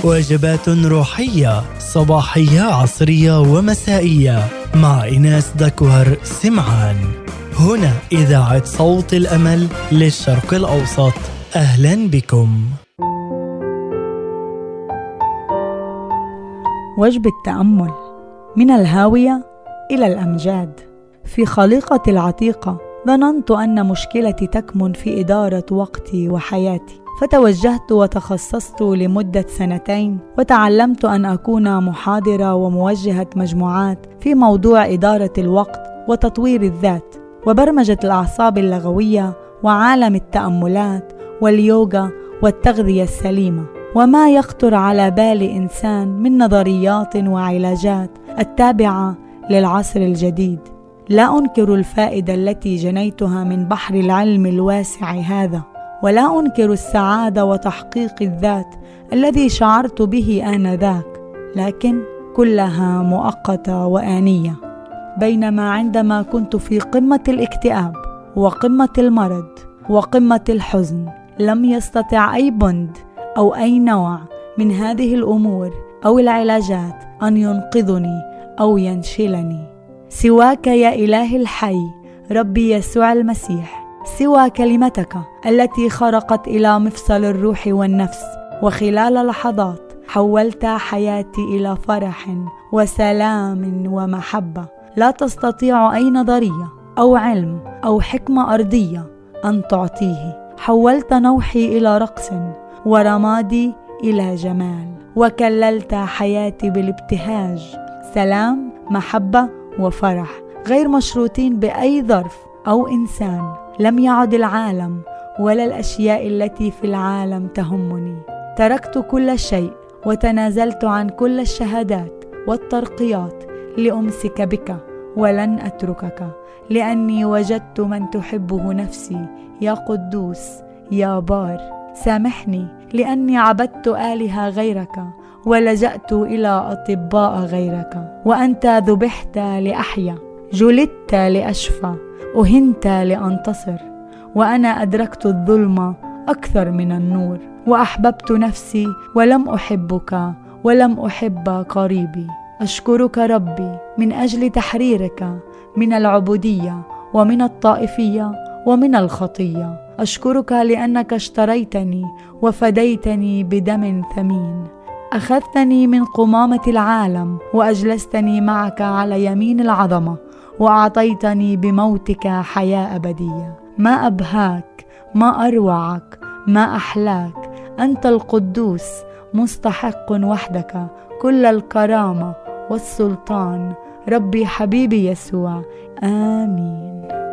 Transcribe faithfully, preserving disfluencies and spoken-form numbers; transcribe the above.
وجبات روحية صباحية عصرية ومسائية مع إيناس دكوهر سمعان، هنا إذاعة صوت الأمل للشرق الأوسط. أهلا بكم. وجبة تأمل: من الهاوية إلى الأمجاد. في خليقة العتيقة ظننت أن مشكلتي تكمن في إدارة وقتي وحياتي، فتوجهت وتخصصت لمدة سنتين وتعلمت أن أكون محاضرة وموجهة مجموعات في موضوع إدارة الوقت وتطوير الذات وبرمجة الأعصاب اللغوية وعالم التأملات واليوغا والتغذية السليمة، وما يخطر على بال إنسان من نظريات وعلاجات التابعة للعصر الجديد. لا أنكر الفائدة التي جنيتها من بحر العلم الواسع هذا، ولا أنكر السعادة وتحقيق الذات الذي شعرت به آنذاك، لكن كلها مؤقتة وآنية. بينما عندما كنت في قمة الاكتئاب وقمة المرض وقمة الحزن، لم يستطع أي بند أو أي نوع من هذه الأمور أو العلاجات أن ينقذني أو ينشلني سواك يا إله الحي ربي يسوع المسيح، سوى كلمتك التي خرقت إلى مفصل الروح والنفس، وخلال لحظات حولت حياتي إلى فرح وسلام ومحبة لا تستطيع أي نظرية أو علم أو حكمة أرضية أن تعطيه. حولت نوحي إلى رقص ورمادي إلى جمال، وكللت حياتي بالابتهاج، سلام، محبة وفرح غير مشروطين بأي ظرف أو إنسان. لم يعد العالم ولا الأشياء التي في العالم تهمني. تركت كل شيء وتنازلت عن كل الشهادات والترقيات لأمسك بك، ولن أتركك، لأني وجدت من تحبه نفسي يا قدوس يا بار. سامحني لأني عبدت آلهة غيرك ولجأت إلى أطباء غيرك، وأنت ذبحت لأحيا، جلدت لأشفى، أهنت لأنتصر، وأنا أدركت الظلم أكثر من النور، وأحببت نفسي ولم أحبك ولم أحب قريبي. أشكرك ربي من أجل تحريرك من العبودية ومن الطائفية ومن الخطية. أشكرك لأنك اشتريتني وفديتني بدم ثمين. أخذتني من قمامة العالم وأجلستني معك على يمين العظمة، وأعطيتني بموتك حياة أبدية. ما أبهاك، ما أروعك، ما أحلاك. أنت القدوس، مستحق وحدك كل الكرامة والسلطان، ربي حبيبي يسوع. آمين.